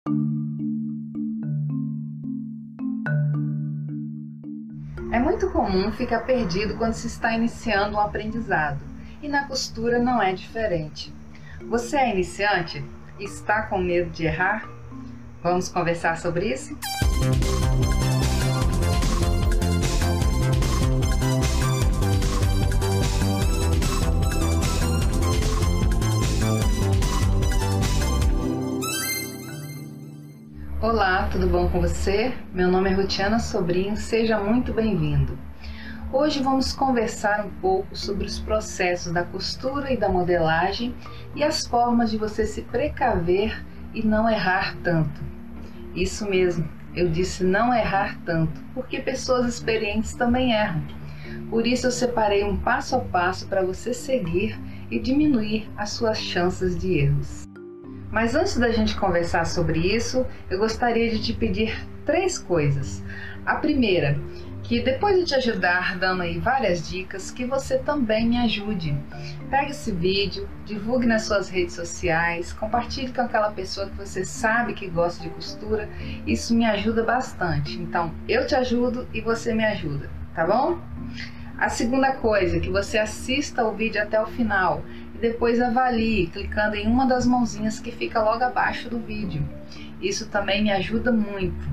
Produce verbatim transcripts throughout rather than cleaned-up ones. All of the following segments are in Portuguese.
É muito comum ficar perdido quando se está iniciando um aprendizado, e na costura não é diferente. Você é iniciante e está com medo de errar? Vamos conversar sobre isso? Olá, tudo bom com você? Meu nome é Rutiana Sobrinho, seja muito bem-vindo. Hoje vamos conversar um pouco sobre os processos da costura e da modelagem e as formas de você se precaver e não errar tanto. Isso mesmo, eu disse não errar tanto, porque pessoas experientes também erram. Por isso eu separei um passo a passo para você seguir e diminuir as suas chances de erros. Mas antes da gente conversar sobre isso, eu gostaria de te pedir três coisas. A primeira, que depois de te ajudar dando aí várias dicas, que você também me ajude. Pegue esse vídeo, divulgue nas suas redes sociais, compartilhe com aquela pessoa que você sabe que gosta de costura. Isso me ajuda bastante. Então, eu te ajudo e você me ajuda, tá bom? A segunda coisa, que você assista o vídeo até o final e depois avalie clicando em uma das mãozinhas que fica logo abaixo do vídeo. Isso também me ajuda muito.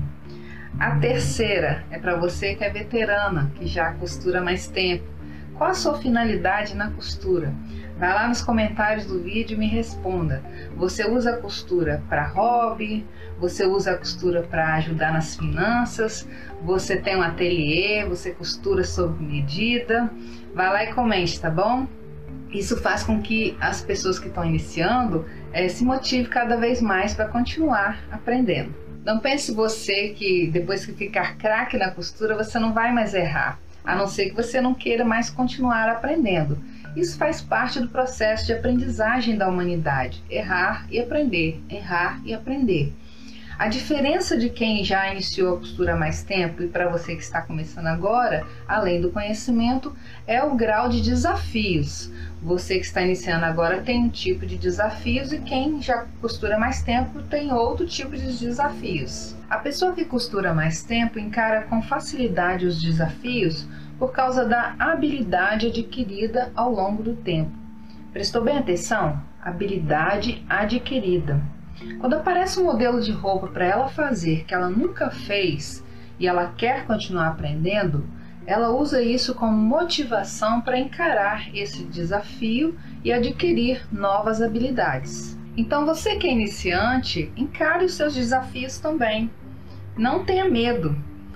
A terceira é para você que é veterana, que já costura há mais tempo. Qual a sua finalidade na costura? Vai lá nos comentários do vídeo e me responda. Você usa a costura para hobby? Você usa a costura para ajudar nas finanças? Você tem um ateliê? Você costura sob medida? Vai lá e comente, tá bom? Isso faz com que as pessoas que estão iniciando eh, se motivem cada vez mais para continuar aprendendo. Não pense você que depois que ficar craque na costura você não vai mais errar, a não ser que você não queira mais continuar aprendendo. Isso faz parte do processo de aprendizagem da humanidade, errar e aprender, errar e aprender. A diferença de quem já iniciou a costura há mais tempo e para você que está começando agora, além do conhecimento, é o grau de desafios. Você que está iniciando agora tem um tipo de desafios e quem já costura há mais tempo tem outro tipo de desafios. A pessoa que costura há mais tempo encara com facilidade os desafios por causa da habilidade adquirida ao longo do tempo. Prestou bem atenção? Habilidade adquirida. Quando aparece um modelo de roupa para ela fazer que ela nunca fez e ela quer continuar aprendendo, ela usa isso como motivação para encarar esse desafio e adquirir novas habilidades. Então você que é iniciante, encare os seus desafios também. Não tenha medo,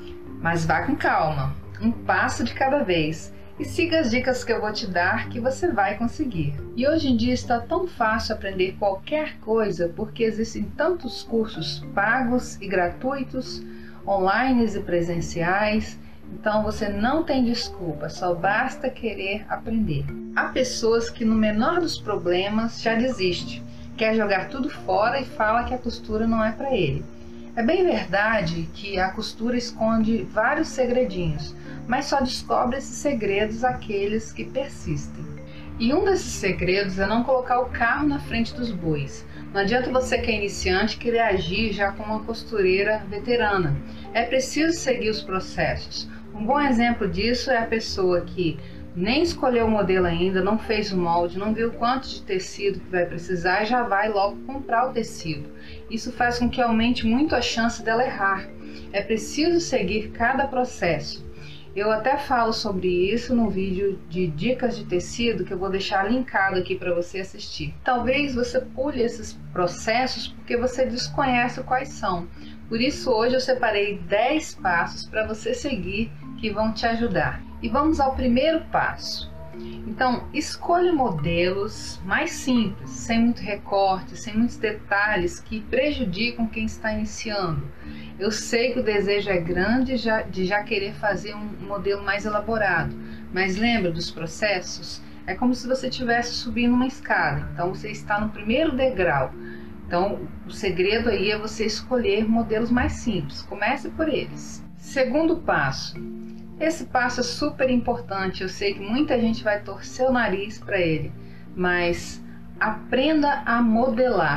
mas vá com calma, um passo de cada vez. E siga as dicas que eu vou te dar que você vai conseguir. E hoje em dia está tão fácil aprender qualquer coisa porque existem tantos cursos pagos e gratuitos, online e presenciais. Então você não tem desculpa, só basta querer aprender. Há pessoas que no menor dos problemas já desiste, quer jogar tudo fora e fala que a costura não é para ele. É bem verdade que a costura esconde vários segredinhos, mas só descobre esses segredos aqueles que persistem. E um desses segredos é não colocar o carro na frente dos bois. Não adianta você que é iniciante querer agir já como uma costureira veterana. É preciso seguir os processos. Um bom exemplo disso é a pessoa que nem escolheu o modelo ainda, não fez o molde, não viu quanto de tecido que vai precisar e já vai logo comprar o tecido. Isso faz com que aumente muito a chance dela errar. É preciso seguir cada processo. Eu até falo sobre isso no vídeo de dicas de tecido que eu vou deixar linkado aqui para você assistir. Talvez você pule esses processos porque você desconhece quais são. Por isso hoje eu separei dez passos para você seguir que vão te ajudar. E vamos ao primeiro passo. Então, escolha modelos mais simples, sem muito recorte, sem muitos detalhes que prejudicam quem está iniciando. Eu sei que o desejo é grande de já querer fazer um modelo mais elaborado, mas lembra dos processos? É como se você estivesse subindo uma escada, então você está no primeiro degrau. Então, o segredo aí é você escolher modelos mais simples, comece por eles. Segundo passo. Esse passo é super importante, eu sei que muita gente vai torcer o nariz para ele, mas aprenda a modelar.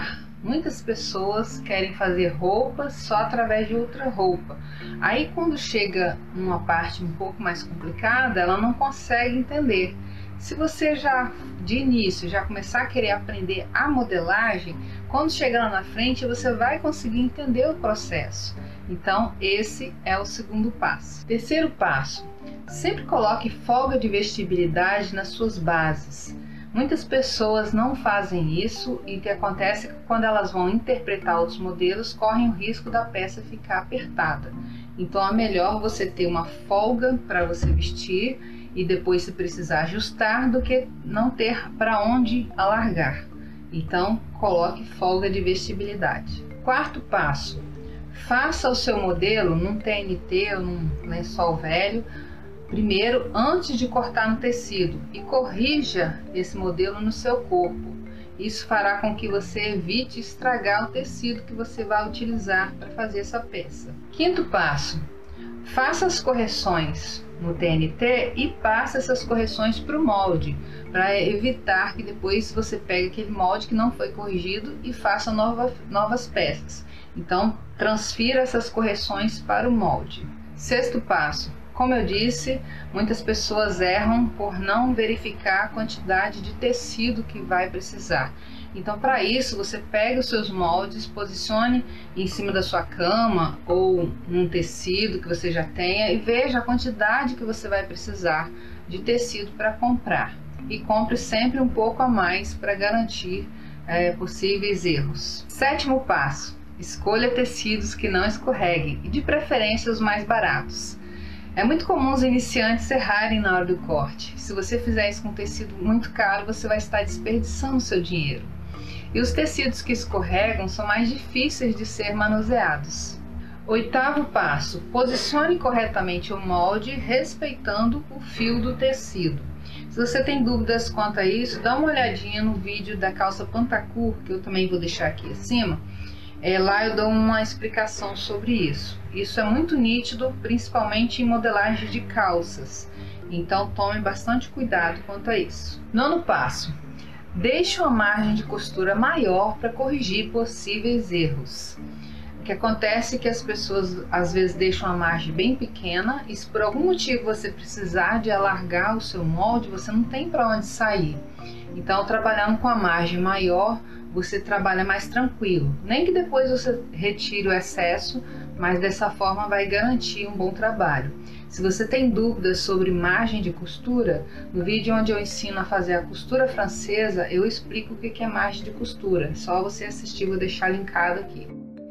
Muitas pessoas querem fazer roupas só através de outra roupa. Aí quando chega numa parte um pouco mais complicada, ela não consegue entender. Se você já de início já começar a querer aprender a modelagem, quando chegar lá na frente você vai conseguir entender o processo. Então esse é o segundo passo. Terceiro passo: sempre coloque folga de vestibilidade nas suas bases. Muitas pessoas não fazem isso e o que acontece é que quando elas vão interpretar outros modelos, correm o risco da peça ficar apertada. Então é melhor você ter uma folga para você vestir e depois, se precisar, ajustar, do que não ter para onde alargar. Então coloque folga de vestibilidade. Quarto passo: faça o seu modelo num T N T ou num lençol velho primeiro, antes de cortar no tecido, e corrija esse modelo no seu corpo. Isso fará com que você evite estragar o tecido que você vai utilizar para fazer essa peça. Quinto passo: faça as correções no T N T e passe essas correções para o molde, para evitar que depois você pegue aquele molde que não foi corrigido e faça nova, novas peças. Então transfira essas correções para o molde. Sexto passo: como eu disse, muitas pessoas erram por não verificar a quantidade de tecido que vai precisar. Então, para isso, você pega os seus moldes, posicione em cima da sua cama ou num tecido que você já tenha e veja a quantidade que você vai precisar de tecido para comprar. E compre sempre um pouco a mais para garantir é, possíveis erros. Sétimo passo: escolha tecidos que não escorreguem e de preferência os mais baratos. É muito comum os iniciantes errarem na hora do corte. Se você fizer isso com tecido muito caro, você vai estar desperdiçando o seu dinheiro. E os tecidos que escorregam são mais difíceis de ser manuseados. Oitavo passo: posicione corretamente o molde, respeitando o fio do tecido. Se você tem dúvidas quanto a isso, dá uma olhadinha no vídeo da calça Pantacur, que eu também vou deixar aqui acima. É, lá eu dou uma explicação sobre isso. Isso é muito nítido, principalmente em modelagem de calças. Então tome bastante cuidado quanto a isso. Nono passo: deixe uma margem de costura maior para corrigir possíveis erros. O que acontece é que as pessoas às vezes deixam a margem bem pequena e se por algum motivo você precisar de alargar o seu molde, você não tem para onde sair. Então, trabalhando com a margem maior, você trabalha mais tranquilo. Nem que depois você retire o excesso, mas dessa forma vai garantir um bom trabalho. Se você tem dúvidas sobre margem de costura, no vídeo onde eu ensino a fazer a costura francesa, eu explico o que é margem de costura. É só você assistir, vou deixar linkado aqui.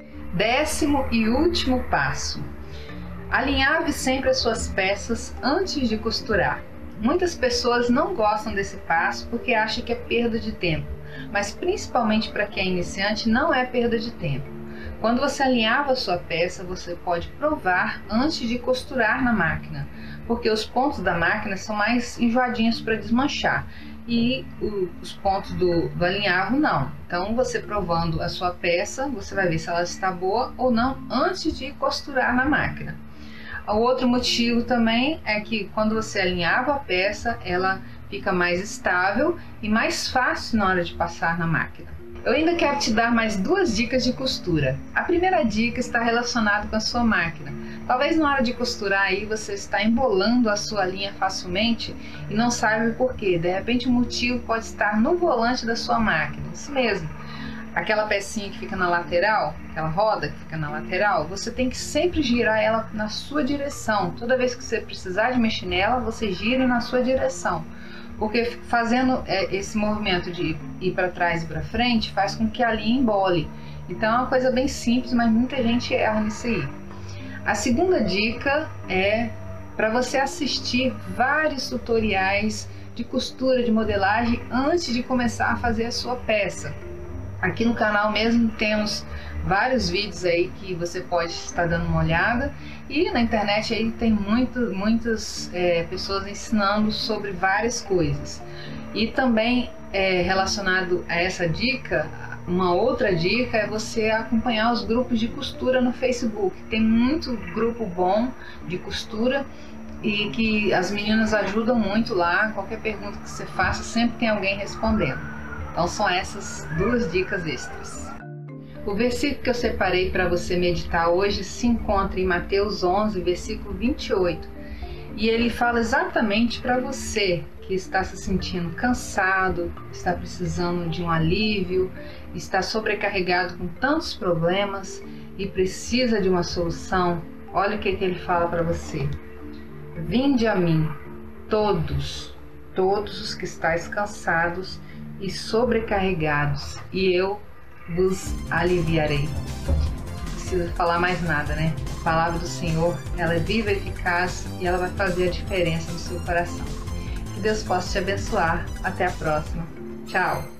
Décimo e último passo: alinhave sempre as suas peças antes de costurar. Muitas pessoas não gostam desse passo porque acham que é perda de tempo, mas principalmente para quem é iniciante não é perda de tempo. Quando você alinhava a sua peça, você pode provar antes de costurar na máquina, porque os pontos da máquina são mais enjoadinhos para desmanchar e o, os pontos do, do alinhavo não. Então você provando a sua peça, você vai ver se ela está boa ou não antes de costurar na máquina. O outro motivo também é que quando você alinhava a peça, ela fica mais estável e mais fácil na hora de passar na máquina. Eu ainda quero te dar mais duas dicas de costura. A primeira dica está relacionada com a sua máquina. Talvez na hora de costurar aí você está embolando a sua linha facilmente e não sabe o porquê. De repente o motivo pode estar no volante da sua máquina. Isso mesmo. Aquela pecinha que fica na lateral, aquela roda que fica na lateral, você tem que sempre girar ela na sua direção. Toda vez que você precisar de mexer nela, você gira na sua direção. Porque fazendo esse movimento de ir para trás e para frente, faz com que a linha embole. Então é uma coisa bem simples, mas muita gente erra nisso aí. A segunda dica é para você assistir vários tutoriais de costura, de modelagem, antes de começar a fazer a sua peça. Aqui no canal mesmo temos vários vídeos aí que você pode estar dando uma olhada, e na internet aí tem muito, muitas é, pessoas ensinando sobre várias coisas. E também é, relacionado a essa dica, uma outra dica é você acompanhar os grupos de costura no Facebook. Tem muito grupo bom de costura e que as meninas ajudam muito lá. Qualquer pergunta que você faça, sempre tem alguém respondendo. Então são essas duas dicas extras. O versículo que eu separei para você meditar hoje se encontra em Mateus onze, versículo vinte e oito. E ele fala exatamente para você que está se sentindo cansado, está precisando de um alívio, está sobrecarregado com tantos problemas e precisa de uma solução. Olha o que, que ele fala para você. Vinde a mim, todos, todos os que estáis cansados e sobrecarregados, e eu vos aliviarei. Não precisa falar mais nada, né? A palavra do Senhor, ela é viva, eficaz e ela vai fazer a diferença no seu coração. Que Deus possa te abençoar. Até a próxima. Tchau!